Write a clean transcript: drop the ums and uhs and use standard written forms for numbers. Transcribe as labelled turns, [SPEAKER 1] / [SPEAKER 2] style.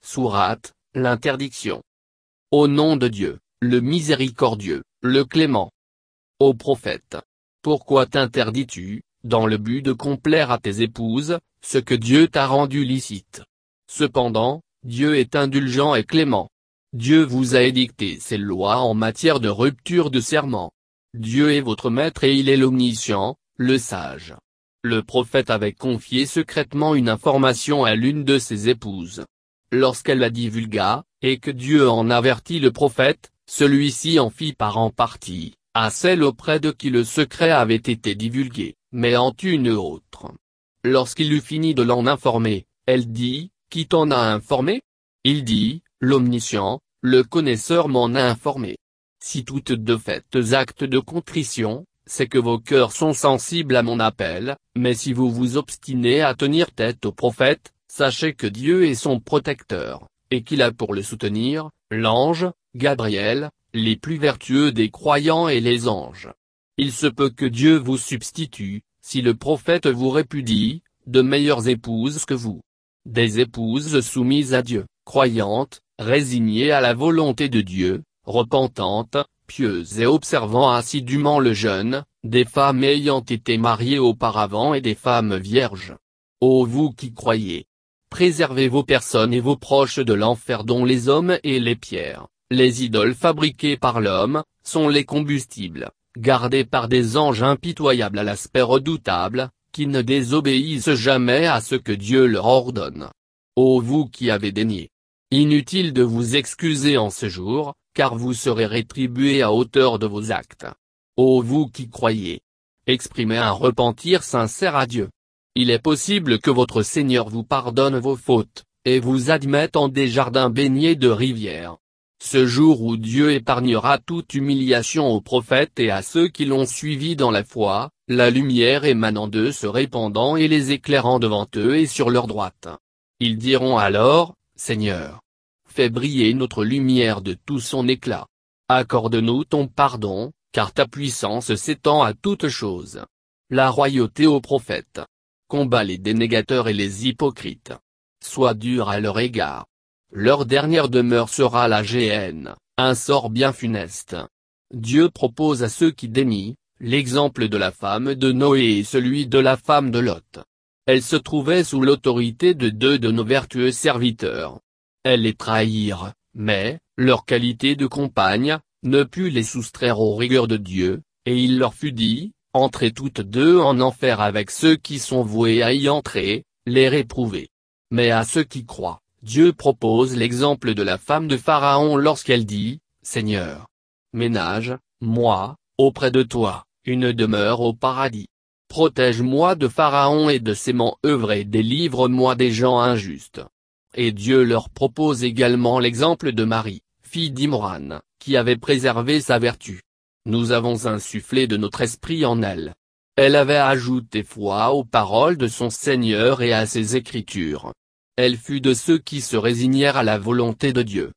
[SPEAKER 1] Sourate, l'interdiction. Au nom de Dieu, le miséricordieux, le clément. Ô prophète, pourquoi t'interdis-tu, dans le but de complaire à tes épouses, ce que Dieu t'a rendu licite? Cependant, Dieu est indulgent et clément. Dieu vous a édicté ses lois en matière de rupture de serment. Dieu est votre maître et il est l'omniscient, le sage. Le prophète avait confié secrètement une information à l'une de ses épouses. Lorsqu'elle la divulgua, et que Dieu en avertit le prophète, celui-ci en fit part en partie, à celle auprès de qui le secret avait été divulgué, mais en tut une autre. Lorsqu'il eut fini de l'en informer, elle dit, qui t'en a informé? Il dit, l'omniscient, le connaisseur m'en a informé. Si toutes deux faites actes de contrition, c'est que vos cœurs sont sensibles à mon appel, mais si vous vous obstinez à tenir tête au prophète, sachez que Dieu est son protecteur, et qu'il a pour le soutenir, l'ange, Gabriel, les plus vertueux des croyants et les anges. Il se peut que Dieu vous substitue, si le prophète vous répudie, de meilleures épouses que vous. Des épouses soumises à Dieu, croyantes, résignées à la volonté de Dieu, repentantes, pieuses et observant assidûment le jeûne, des femmes ayant été mariées auparavant et des femmes vierges. Ô vous qui croyez! Préservez vos personnes et vos proches de l'enfer dont les hommes et les pierres, les idoles fabriquées par l'homme, sont les combustibles, gardés par des anges impitoyables à l'aspect redoutable, qui ne désobéissent jamais à ce que Dieu leur ordonne. Ô vous qui avez dénié! Inutile de vous excuser en ce jour, car vous serez rétribués à hauteur de vos actes. Ô vous qui croyez! Exprimez un repentir sincère à Dieu. Il est possible que votre Seigneur vous pardonne vos fautes, et vous admette en des jardins baignés de rivières. Ce jour où Dieu épargnera toute humiliation aux prophètes et à ceux qui l'ont suivi dans la foi, la lumière émanant d'eux se répandant et les éclairant devant eux et sur leur droite. Ils diront alors, Seigneur, fais briller notre lumière de tout son éclat. Accorde-nous ton pardon, car ta puissance s'étend à toutes choses. La royauté aux prophètes. Combat les dénégateurs et les hypocrites. Sois dur à leur égard. Leur dernière demeure sera la géhenne, un sort bien funeste. Dieu propose à ceux qui dénient, l'exemple de la femme de Noé et celui de la femme de Lot. Elle se trouvait sous l'autorité de deux de nos vertueux serviteurs. Elles les trahirent, mais, leur qualité de compagne, ne put les soustraire aux rigueurs de Dieu, et il leur fut dit, entrez toutes deux en enfer avec ceux qui sont voués à y entrer, les réprouvés. Mais à ceux qui croient, Dieu propose l'exemple de la femme de Pharaon lorsqu'elle dit, Seigneur, ménage, moi, auprès de toi, une demeure au paradis. Protège-moi de Pharaon et de ses manœuvres et délivre-moi des gens injustes. Et Dieu leur propose également l'exemple de Marie, fille d'Imran, qui avait préservé sa vertu. Nous avons insufflé de notre esprit en elle. Elle avait ajouté foi aux paroles de son Seigneur et à ses écritures. Elle fut de ceux qui se résignèrent à la volonté de Dieu.